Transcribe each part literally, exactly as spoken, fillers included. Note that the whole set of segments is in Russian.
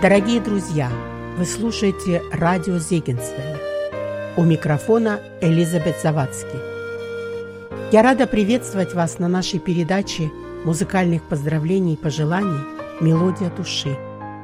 Дорогие друзья, вы слушаете радио Зегенсвелля. У микрофона Элизабет Завадский. Я рада приветствовать вас на нашей передаче музыкальных поздравлений и пожеланий «Мелодия души».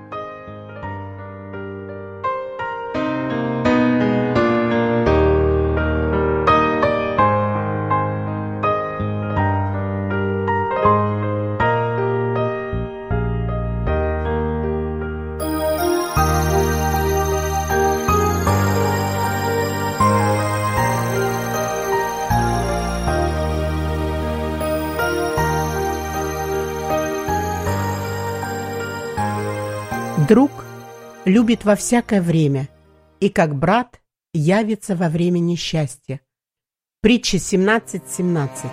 Друг любит во всякое время, и как брат явится во время несчастья. Притча семнадцать семнадцать.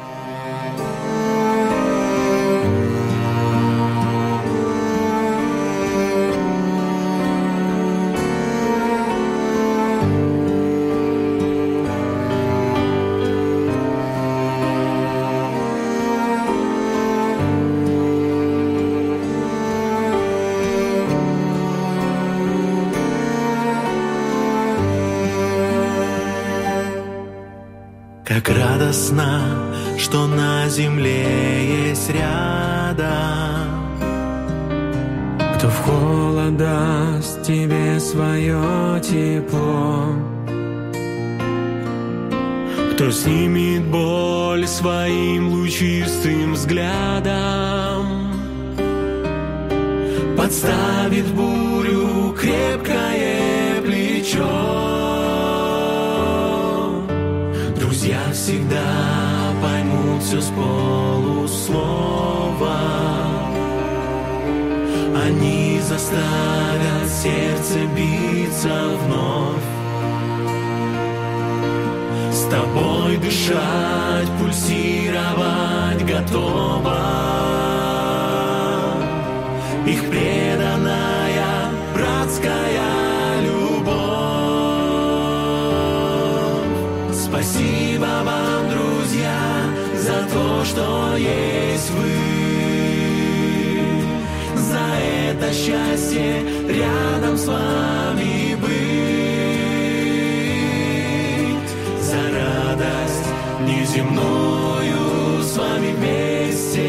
Как радостно, что на земле есть рядом кто в холод даст тебе свое тепло, кто снимет боль своим лучистым взглядом, подставит в бурю крепкое плечо. Друзья всегда поймут все с полуслова, они заставят сердце биться вновь, с тобой дышать, пульсировать готово. Их преданная братская любовь. Спасибо вам, друзья, за то, что есть вы, за это счастье рядом с вами быть, за радость неземную с вами вместе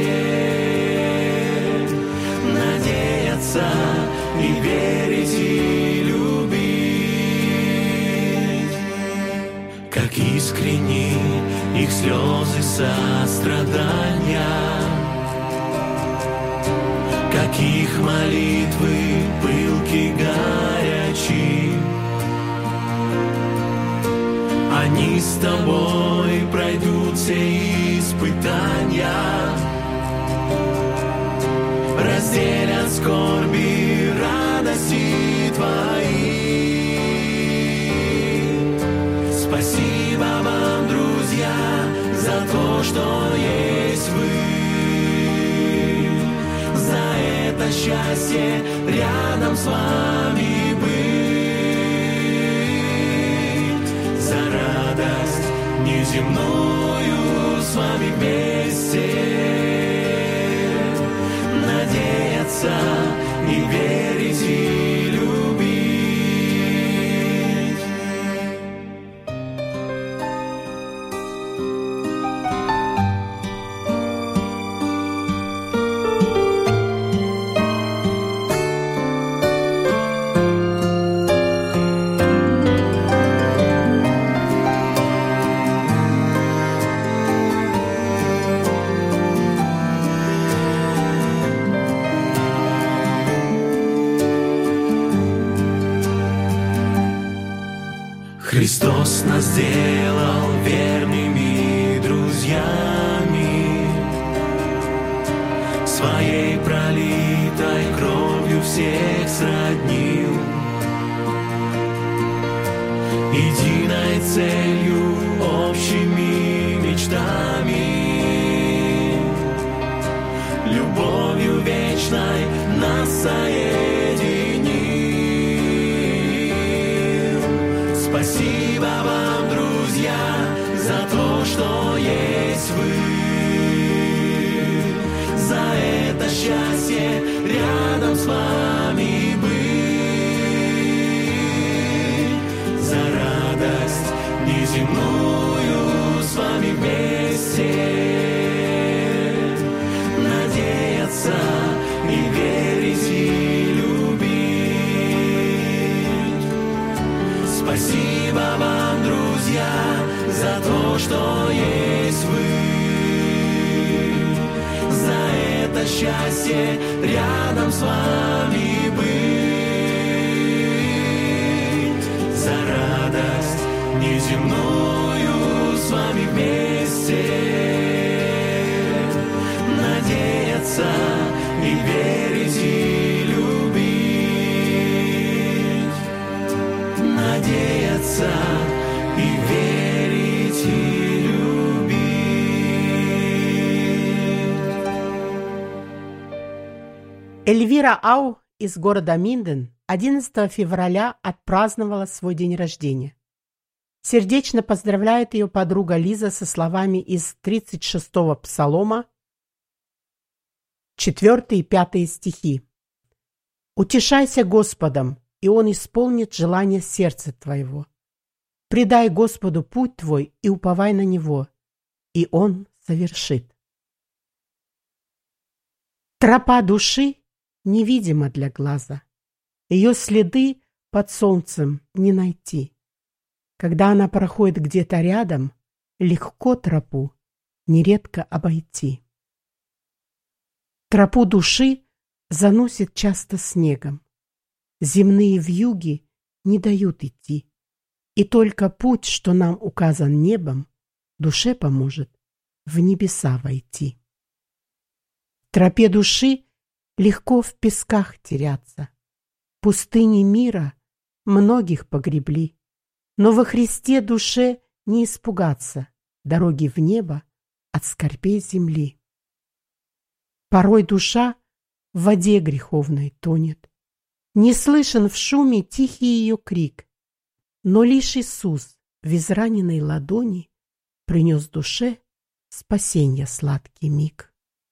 надеяться и верить и любить. Как искренни их слезы сострадания, как их молитвы пылки горячи. Они с тобой пройдут все испытания, разделят скорби, радости твои. Спасибо вам, друзья, за то, что есть вы, за это счастье рядом с вами быть, за радость неземную с вами вместе надеяться и верить и любить. Христос нас сделал верными друзьями, своей пролитой кровью всех сроднил, единой целью, общими мечтами, любовью вечной нас соединил. Спасибо вам, друзья, за то, что есть вы, за это счастье рядом с вами быть. что есть вы. За это счастье рядом с вами быть, за радость неземную с вами вместе надеяться и верить и любить, надеяться и верить и любить. Эльвира Ау из города Минден одиннадцатого февраля отпраздновала свой день рождения. Сердечно поздравляет ее подруга Лиза со словами из тридцать шестого псалома, четвёртый и пятый стихи. «Утешайся Господом, и Он исполнит желание сердца твоего. Предай Господу путь твой и уповай на Него, и Он совершит». Тропа души невидима для глаза. Ее следы под солнцем не найти. Когда она проходит где-то рядом, легко тропу нередко обойти. Тропу души заносит часто снегом. Земные вьюги не дают идти. И только путь, что нам указан небом, душе поможет в небеса войти. В тропе души легко в песках теряться. Пустыни мира многих погребли. Но во Христе душе не испугаться дороги в небо от скорбей земли. Порой душа в воде греховной тонет. Не слышен в шуме тихий ее крик, но лишь Иисус в израненной ладони принес душе спасенья сладкий миг.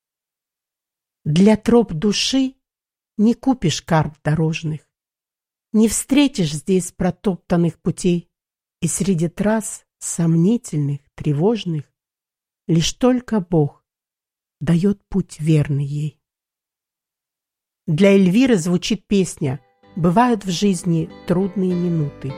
Для троп души не купишь карт дорожных, не встретишь здесь протоптанных путей, и среди трасс сомнительных, тревожных лишь только Бог дает путь верный ей. Для Эльвиры звучит песня «Бывают в жизни трудные минуты».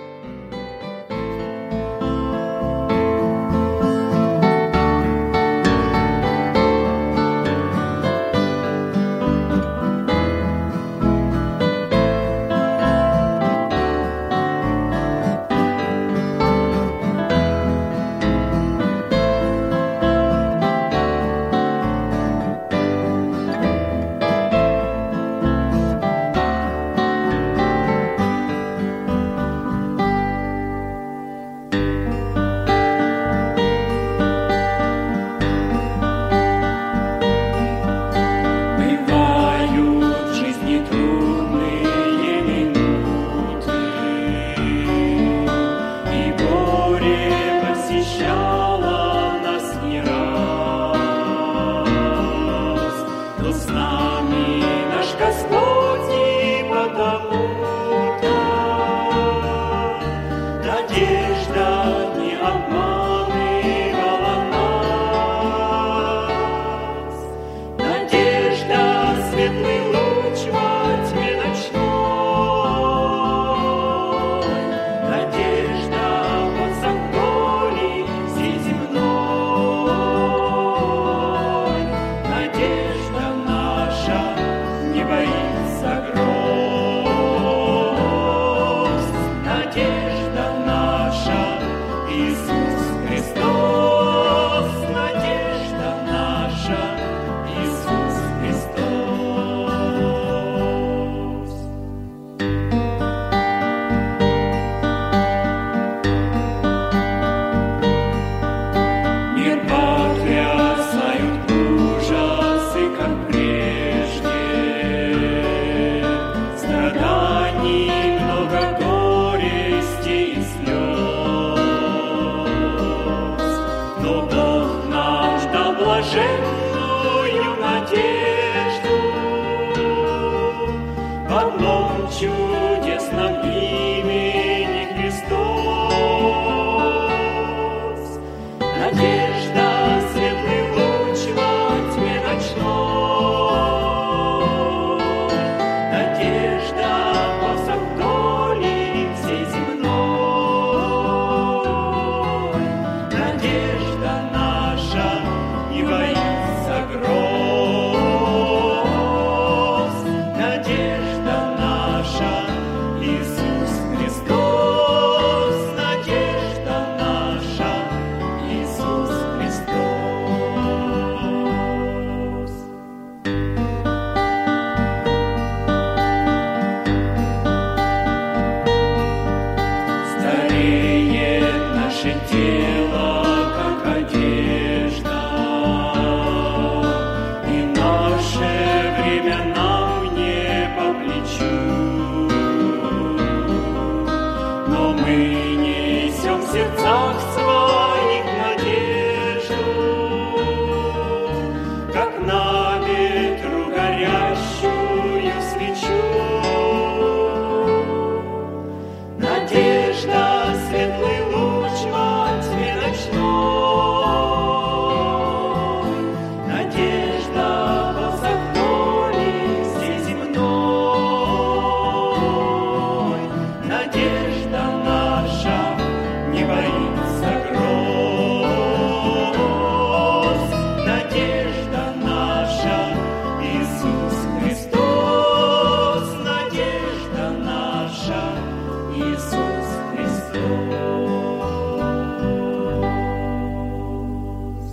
Страданий много, горести и слез. сердцах своих надежду, как на ветру горящую свечу. Надежда — светлый луч во тьме ночной, надежда — ползок доли всей земной, надежда наша не боится гроз, надежда наша Иисус Христос, надежда наша Иисус Христос.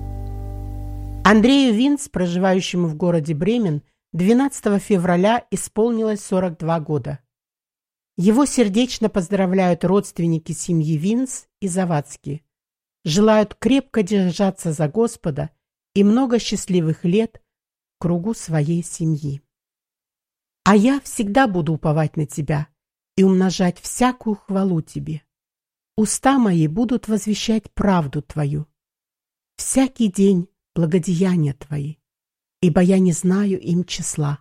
Андрею Винц, проживающему в городе Бремен, двенадцатого февраля исполнилось сорок два года. Его сердечно поздравляют родственники семьи Винц и Завадски. Желают крепко держаться за Господа и много счастливых лет в кругу своей семьи. А я всегда буду уповать на Тебя и умножать всякую хвалу Тебе. Уста мои будут возвещать правду Твою. Всякий день благодеяния Твои, ибо я не знаю им числа.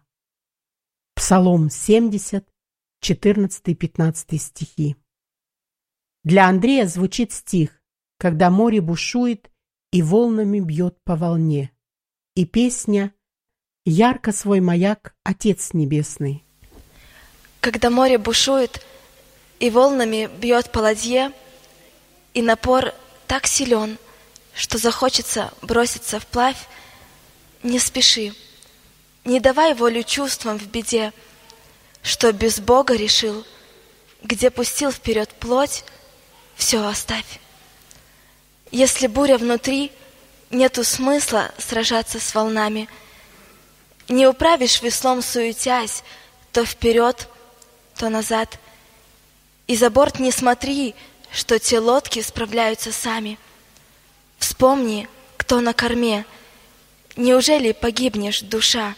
Псалом семьдесят, четырнадцатый-пятнадцатый стихи. Для Андрея звучит стих «Когда море бушует и волнами бьет по волне», и песня «Ярко свой маяк, Отец Небесный». Когда море бушует и волнами бьет по ладье, и напор так силен, что захочется броситься вплавь, не спеши, не давай волю чувствам в беде, что без Бога решил, где пустил вперед плоть, все оставь. Если буря внутри, нету смысла сражаться с волнами. Не управишь веслом, суетясь, то вперед, то назад. И за борт не смотри, что те лодки справляются сами. Вспомни, кто на корме. Неужели погибнешь, душа?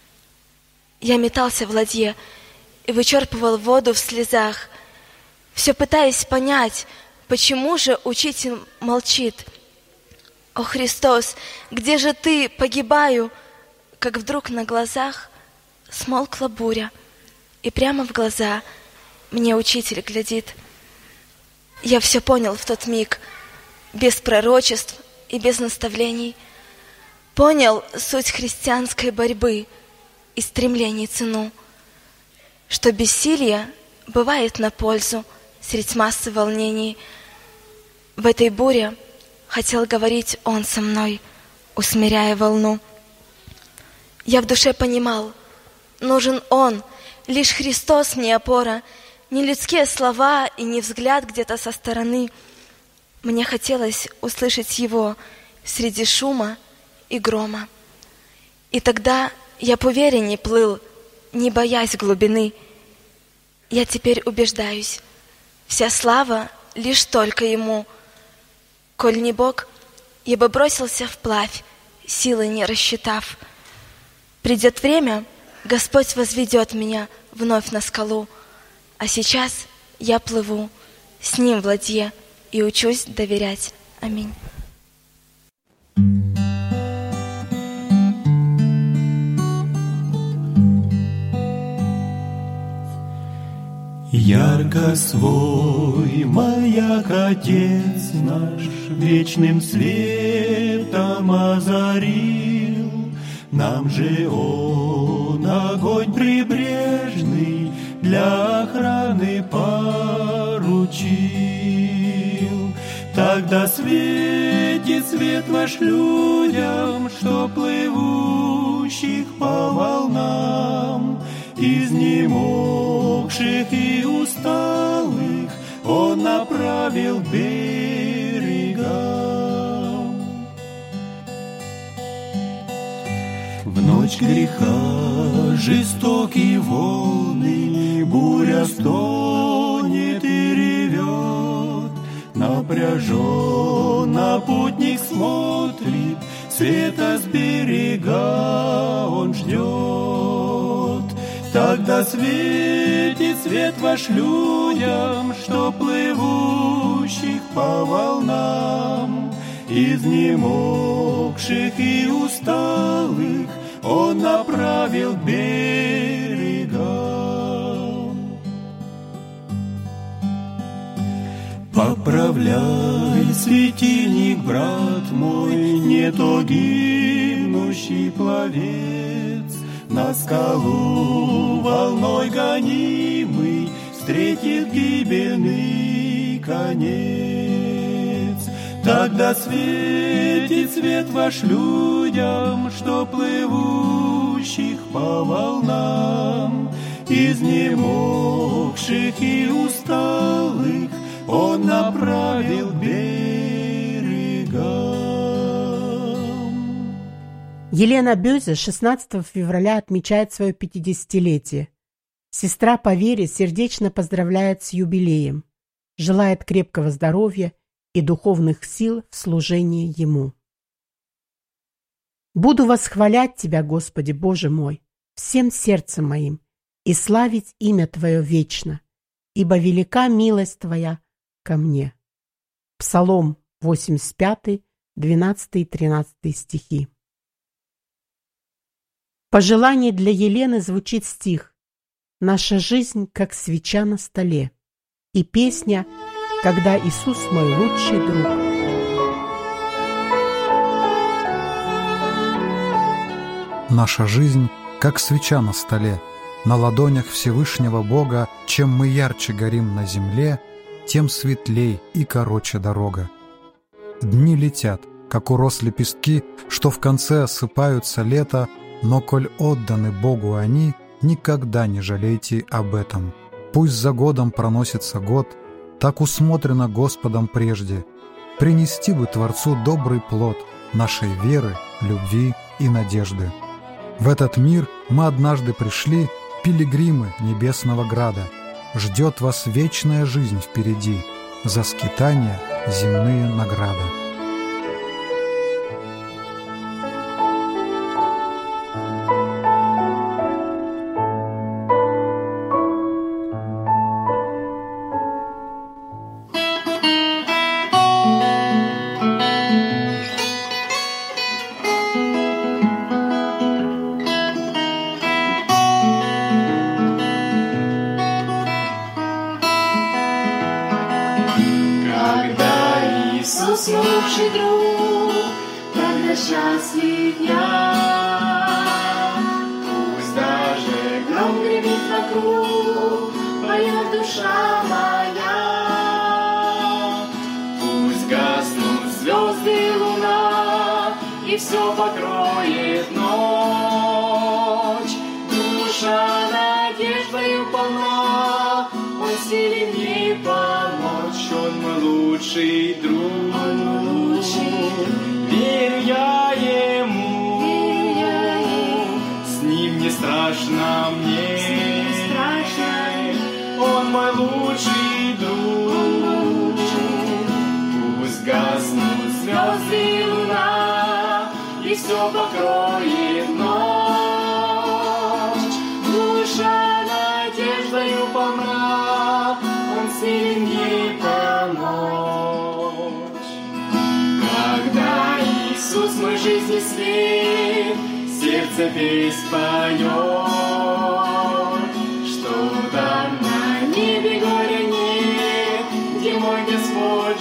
Я метался в ладье и вычерпывал воду в слезах, все пытаясь понять, почему же учитель молчит. О, Христос, где же ты, погибаю? Как вдруг на глазах смолкла буря, и прямо в глаза мне учитель глядит. Я все понял в тот миг, без пророчеств и без наставлений. Понял суть христианской борьбы и стремлений цену, что бессилие бывает на пользу средь массы волнений. В этой буре хотел говорить Он со мной, усмиряя волну. Я в душе понимал, нужен Он, лишь Христос мне опора, не людские слова и не взгляд где-то со стороны. Мне хотелось услышать Его среди шума и грома. И тогда я по вере не плыл, не боясь глубины. Я теперь убеждаюсь, вся слава лишь только Ему. Коль не Бог, я бы бросился вплавь, силы не рассчитав. Придет время, Господь возведет меня вновь на скалу, а сейчас я плыву с Ним в ладье и учусь доверять. Аминь. Ярко свой маяк Отец наш вечным светом озарил, нам же Он огонь прибрежный для охраны поручил. Тогда светит свет ваш людям, что плывущих по волнам, изнемогших и усталых Он направил к берегам. В ночь греха жестокие волны, буря стонет и ревет, напряженно путник смотрит, света с берега он ждет. Тогда светит свет ваш людям, что плывущих по волнам, изнемогших и усталых Он направил к берегам. Поправляй светильник, брат мой, не то гибнущий пловец, на скалу волной гонимый встретит гибельный конец. Тогда светит свет ваш людям, что плывущих по волнам, изнемогших и усталых Он направил к берегам. Елена Бёзе шестнадцатого февраля отмечает свое пятидесятилетие. Сестра по вере сердечно поздравляет с юбилеем, желает крепкого здоровья и духовных сил в служении Ему. «Буду восхвалять Тебя, Господи, Боже мой, всем сердцем моим и славить имя Твое вечно, ибо велика милость Твоя ко мне». Псалом восемьдесят пятый, двенадцатый и тринадцатый стихи. В пожелании для Елены звучит стих «Наша жизнь, как свеча на столе» и песня «Когда Иисус мой лучший друг». Наша жизнь, как свеча на столе, на ладонях Всевышнего Бога. Чем мы ярче горим на земле, тем светлей и короче дорога. Дни летят, как урос лепестки, что в конце осыпаются лето, но коль отданы Богу они, никогда не жалейте об этом. Пусть за годом проносится год, так усмотрено Господом прежде. Принести бы Творцу добрый плод нашей веры, любви и надежды. В этот мир мы однажды пришли, пилигримы небесного града. Ждет вас вечная жизнь впереди, за скитания земные награды. Лучший друг, когда счастлив я, пусть даже гром гремит вокруг, поет душа моя. Пусть гаснут звезды и луна, и все покроет ночь. Душа надеждою полна, Он силен ей помочь. Он мой лучший друг. Верю я Ему, верю я Ему, с Ним не страшно мне, не страшно. Он мой лучший друг. Он мой лучший. Пусть гаснут звезды и луна, и все покроет ночь. Душа надеждою полна, Он силен ей помочь. Когда Иисус мой жизни свет, сердце весь поет, что там на небе горя нет, где мой Господь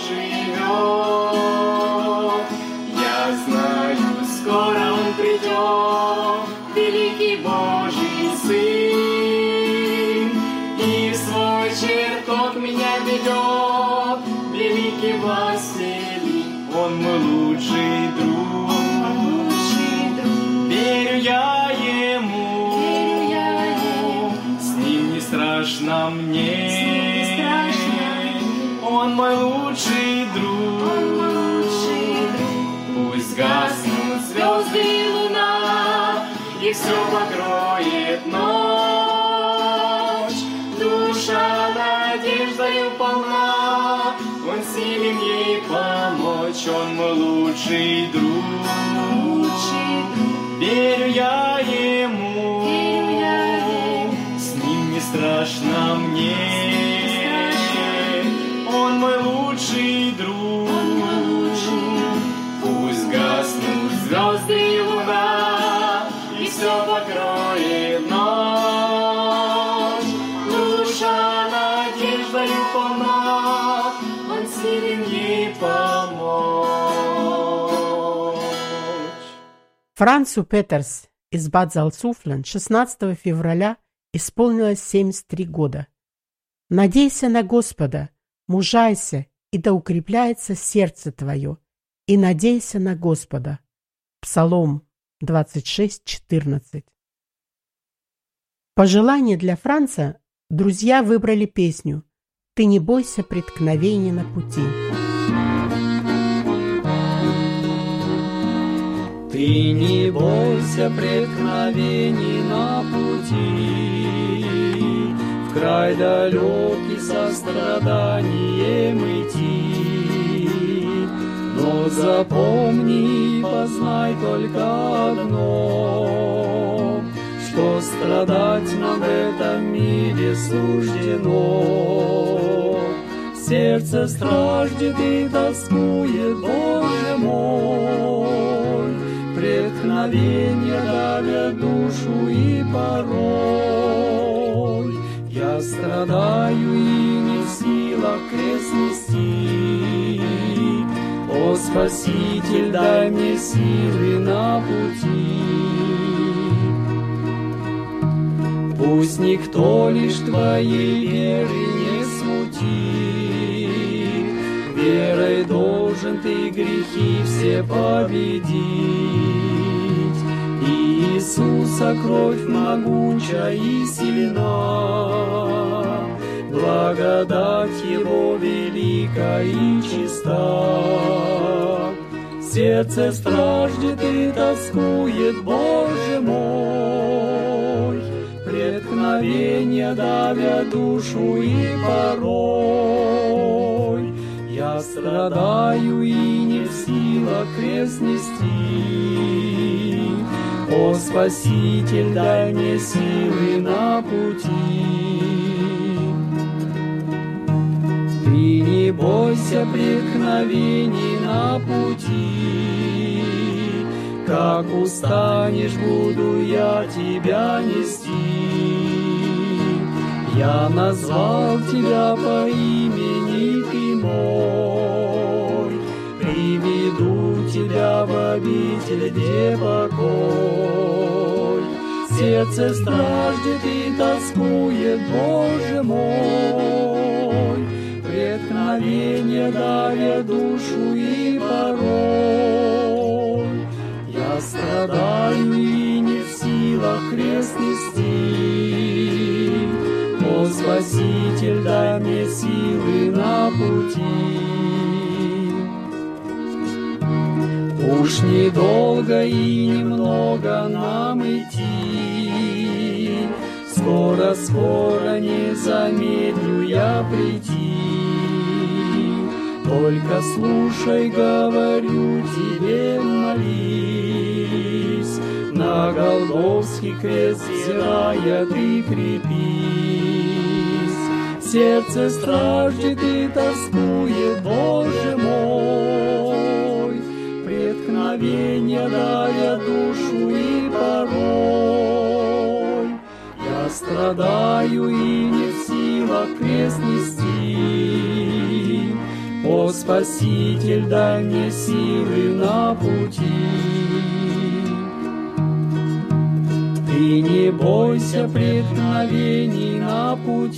живет. Я знаю, скоро Он придет, великий Божий Сын, и в свой чертог меня ведет, великий властелин. Он мой лучший друг. Он мой лучший друг. Верю я Ему, верю я Ему, с Ним не страшно мне, не страшно. Он мой лучший друг. Он мой лучший друг. Пусть гаснут звезды и луна, и все покроет ночь. Душа надеждою полна, Он силен ей помочь. Он мой лучший друг. Лучший друг. Верю я Ему, верю я Ему, с Ним не страшно мне, не страшно. Он мой лучший друг. Францу Петерс из Бад Залцуфлен шестнадцатого февраля исполнилось семьдесят три года. Надейся на Господа, мужайся, и да укрепляется сердце твое, и надейся на Господа. Псалом двадцать шесть четырнадцать. Пожелание для Франца друзья выбрали песню «Ты не бойся преткновений на пути». Ты не бойся преткновений на пути, в край далекий со страданием идти. Но запомни, познай только одно, что страдать нам в этом мире суждено. Сердце страждет и тоскует, Боже мой, преткновения давят душу и порой. Я страдаю и не в силах крест нести. О, Спаситель, дай мне силы на пути. Пусть никто лишь твоей веры не смутит, верой должен ты грехи все победить. Иисуса кровь могучая и сильна, благодать Его велика и чиста. Сердце страждет и тоскует, Боже мой, преткновения давят душу и порой. Я страдаю и не в силах крест нести. О, Спаситель, дай мне силы на пути. Ты не бойся преткновений на пути, как устанешь, буду я тебя нести. Я назвал тебя по имени, ты мой, приведу тебя в обитель, где покой. Сердце страждет и тоскует, Боже мой, преткновения давят душу и порой. Я страдаю и не в силах крест нести. О, Спаситель, дай мне силы на пути. Уж недолго и немного нам идти, скоро-скоро не замедлю я прийти. Только слушай, говорю тебе, молись, на Голгофский крест взирая ты крепись. Сердце страждет и тоскует, Боже мой, преткновения давят душу и порой. Я страдаю и не в силах крест нести. О, Спаситель, дай мне силы на пути. Ты не бойся преткновений на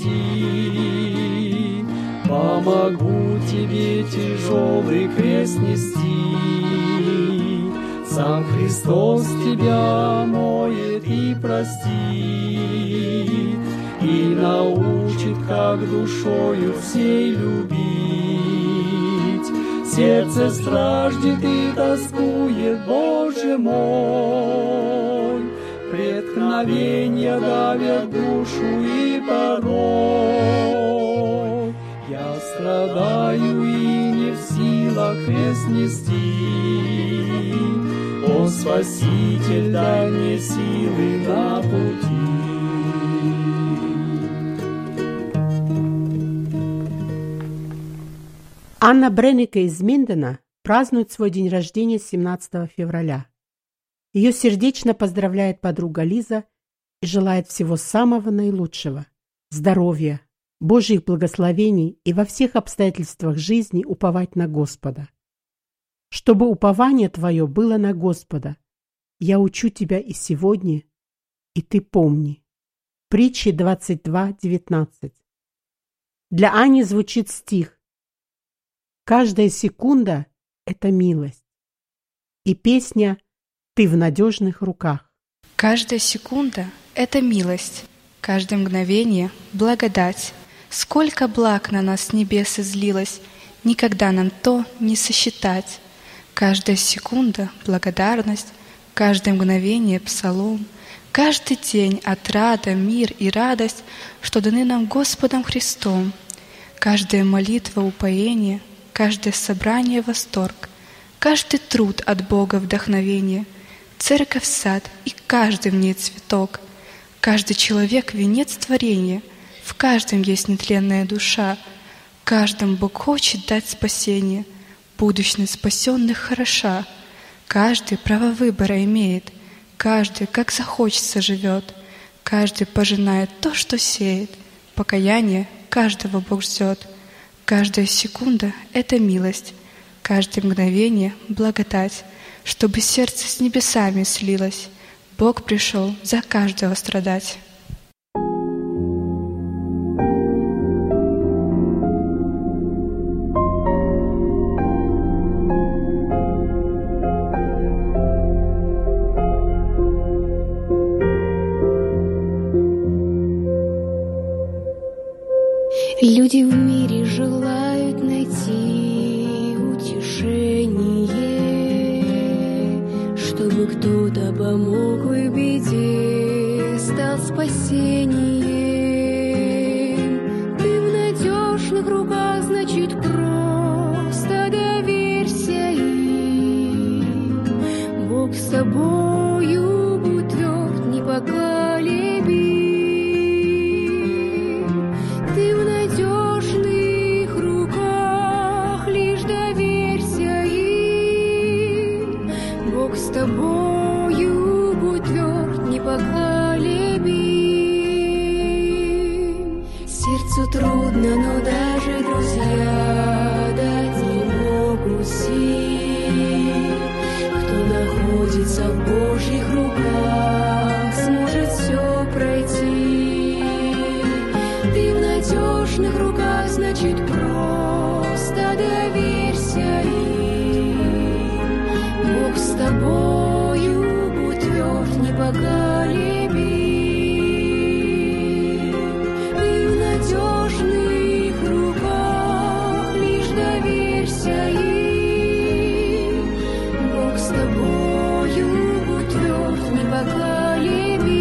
пути, помогу тебе тяжелый крест нести. Сам Христос тебя омоет и простит, и научит, как душою всей любить. Сердце страждет и тоскует, Боже мой, преткновения давят душу и порой. Я страдаю и не в силах крест нести. О, Спаситель, дай мне силы на пути. Анна Бреннике из Миндена празднует свой день рождения семнадцатого февраля. Ее сердечно поздравляет подруга Лиза и желает всего самого наилучшего – здоровья, Божьих благословений и во всех обстоятельствах жизни уповать на Господа. Чтобы упование твое было на Господа, Я учу тебя и сегодня, и ты помни. Притчи двадцать два девятнадцать. Для Ани звучит стих. Каждая секунда — это милость. И песня «Ты в надежных руках». Каждая секунда — это милость, каждое мгновение — благодать. Сколько благ на нас с небес излилось, никогда нам то не сосчитать. Каждая секунда — благодарность, каждое мгновение — псалом, каждый день — отрада, мир и радость, что даны нам Господом Христом. Каждая молитва — упоение, каждое собрание — восторг, каждый труд от Бога — вдохновение, церковь — сад, и каждый в ней цветок. Каждый человек — венец творения, в каждом есть нетленная душа. Каждому Бог хочет дать спасение, будущность спасенных хороша. Каждый право выбора имеет, каждый, как захочется, живет. Каждый пожинает то, что сеет, покаяние каждого Бог ждет. Каждая секунда — это милость, каждое мгновение — благодать. Чтобы сердце с небесами слилось, Бог пришел за каждого страдать. Люди в мире желают найти утешение, чтобы кто-то помог в беде, стал спасением. Ты в надежных руках, значит, просто доверься им. Бог с тобою, будь тверд, непоколебим. Ты в надежных руках, лишь доверься им. Бог с тобою, будь тверд, непоколебим. Сердцу трудно, но даже друзья дать не могут сил. Кто находится в Божьих руках, сможет все пройти. Ты в надежных руках, значит, просто доверься им. Бог с тобою, будь тверд, непоколебим. Ты в надежных руках, лишь доверься им. Бог с тобою, будь тверд, непоколебим.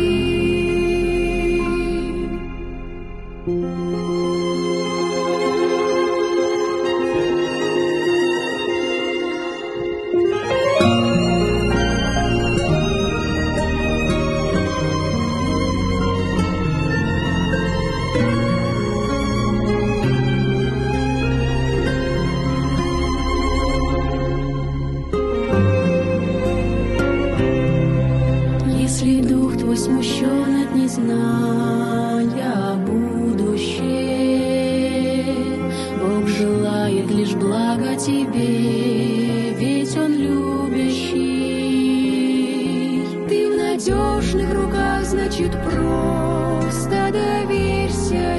Если дух твой смущен от незнания будущее, Бог желает лишь блага тебе, ведь Он любящий. Ты в надежных руках, значит, просто доверься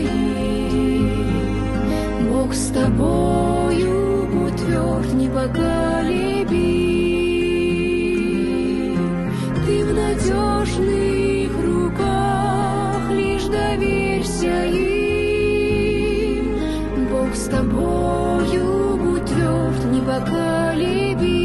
им. Бог с тобою, будь тверд, непоколебим. Ты в надежных руках, лишь доверься им. Бог с тобою, будь тверд, непоколебим.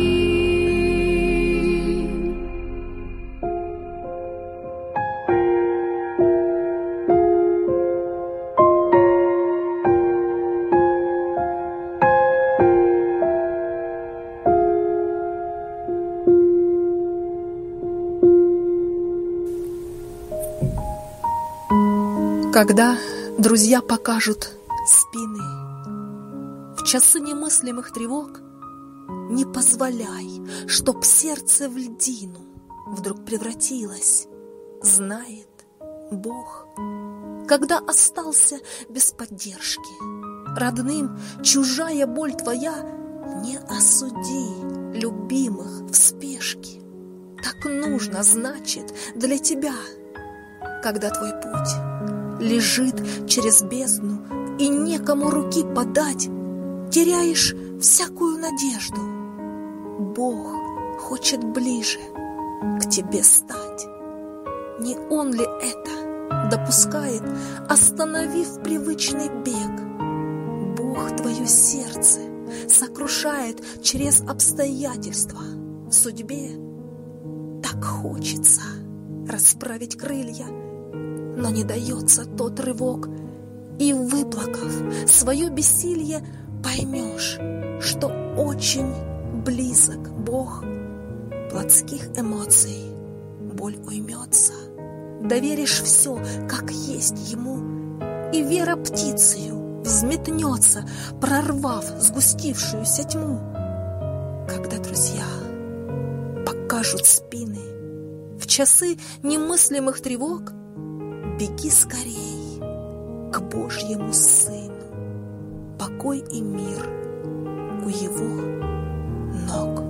Когда друзья покажут спины, в часы немыслимых тревог, не позволяй, чтоб сердце в льдину вдруг превратилось. Знает Бог, когда остался без поддержки, родным чужая боль твоя, не осуди любимых в спешке. Так нужно нужно значит для тебя, когда твой путь лежит через бездну и некому руки подать, теряешь всякую надежду. Бог хочет ближе к тебе стать. Не Он ли это допускает, остановив привычный бег? Бог твое сердце сокрушает через обстоятельства. В судьбе так хочется расправить крылья, но не дается тот рывок, и, выплакав свое бессилье, поймешь, что очень близок Бог. Плотских эмоций боль уймется, доверишь все, как есть Ему, и вера птицею взметнется, прорвав сгустившуюся тьму. Когда друзья покажут спины в часы немыслимых тревог, беги скорей к Божьему Сыну, покой и мир у Его ног.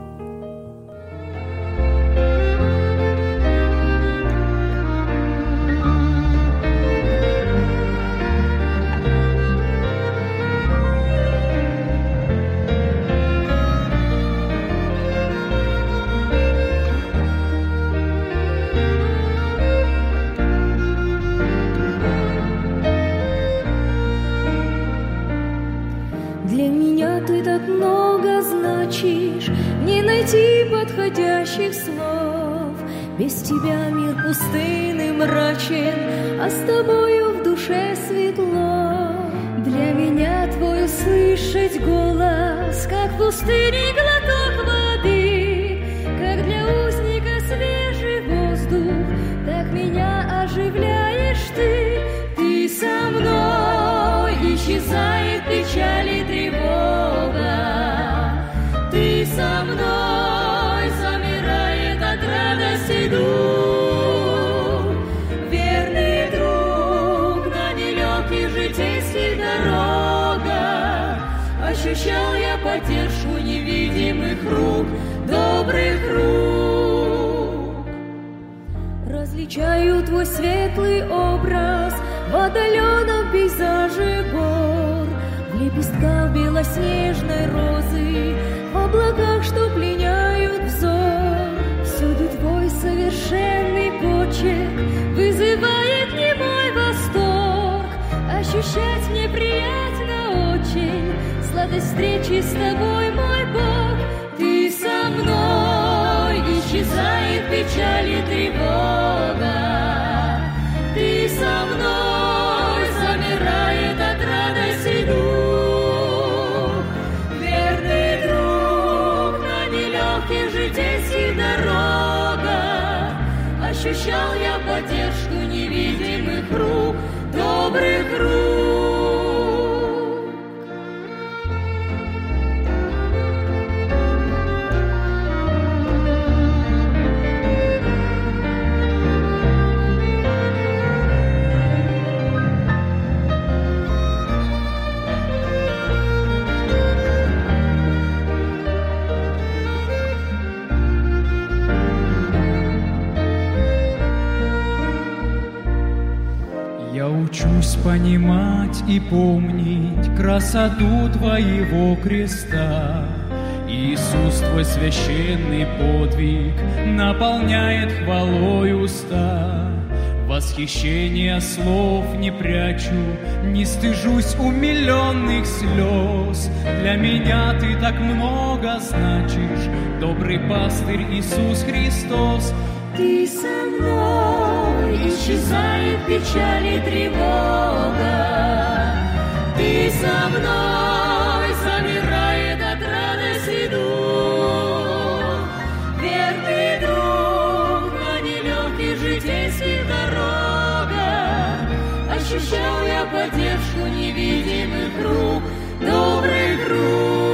Не найти подходящих слов. Без тебя мир пустынный, мрачен, а с тобою в душе светло. Для меня твой услышать голос, как в пустыне глоток воды, как для узника свежий воздух, так меня оживляешь ты. Ты со мной, исчезает печаль и тревога. Ты со мной, замирает от радости дух. Верный друг на нелегких житейских дорогах. Ощущал я поддержку невидимых рук, добрых рук. Различаю твой светлый образ в отдаленном пейзаже гор, в лепестках белоснежной розы, в облаках, что пленяют взор. Всюду твой совершенный почерк вызывает немой восторг. Ощущать мне приятно очень сладость встречи с тобой, мой Бог. Ты со мной, исчезает печаль и тревога. Ты со мной, замирает от радости дух. Верный друг на нелегких житейских дорогах. Ощущал я поддержку невидимых рук, добрых рук. Учусь понимать и помнить красоту Твоего креста. Иисус, Твой священный подвиг наполняет хвалой уста. Восхищения слов не прячу, не стыжусь умиленных слез. Для меня Ты так много значишь, добрый пастырь Иисус Христос. Ты со мной, исчезает печаль и тревога. Ты со мной, замирает от радости дух. Верный друг на нелегких житейских дорогах. Ощущал я поддержку невидимых рук, добрых рук.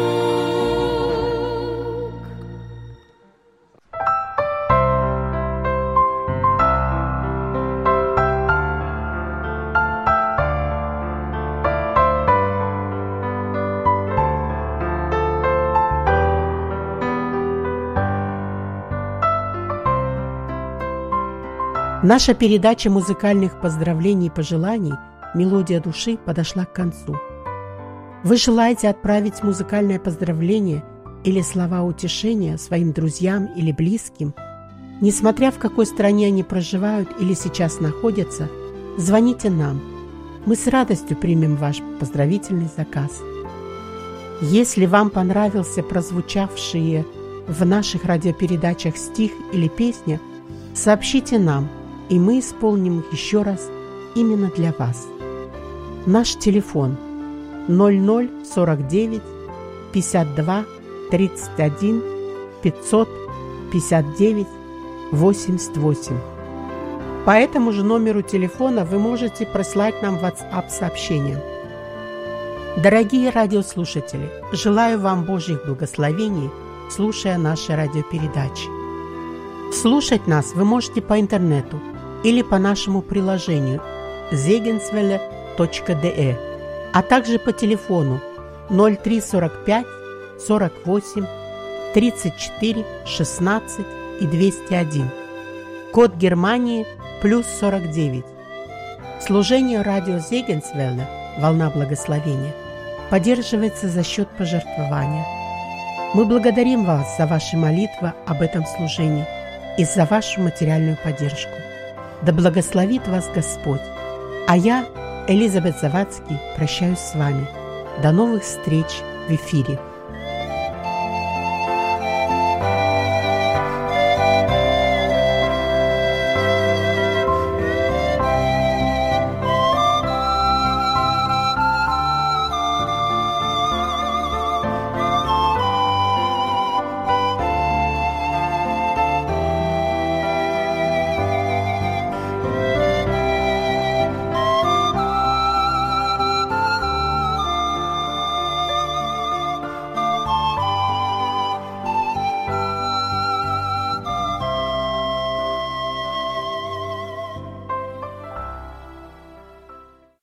Наша передача музыкальных поздравлений и пожеланий «Мелодия души» подошла к концу. Вы желаете отправить музыкальное поздравление или слова утешения своим друзьям или близким? Несмотря в какой стране они проживают или сейчас находятся, звоните нам. Мы с радостью примем ваш поздравительный заказ. Если вам понравился прозвучавшие в наших радиопередачах стих или песня, сообщите нам, и мы исполним их еще раз именно для вас. Наш телефон ноль ноль сорок девять пятьдесят два тридцать один пятьсот пятьдесят девять восемьдесят восемь. По этому же номеру телефона вы можете прислать нам WhatsApp-сообщение. Дорогие радиослушатели, желаю вам Божьих благословений, слушая наши радиопередачи. Слушать нас вы можете по интернету или по нашему приложению зегенсвелле точка де, а также по телефону ноль три сорок пять сорок восемь тридцать четыре шестнадцать и двести один. Код Германии плюс сорок девять. Служение радио Зегенсвелле «Волна благословения» поддерживается за счет пожертвования. Мы благодарим вас за ваши молитвы об этом служении и за вашу материальную поддержку. Да благословит вас Господь. А я, Элизабет Завадский, прощаюсь с вами. До новых встреч в эфире.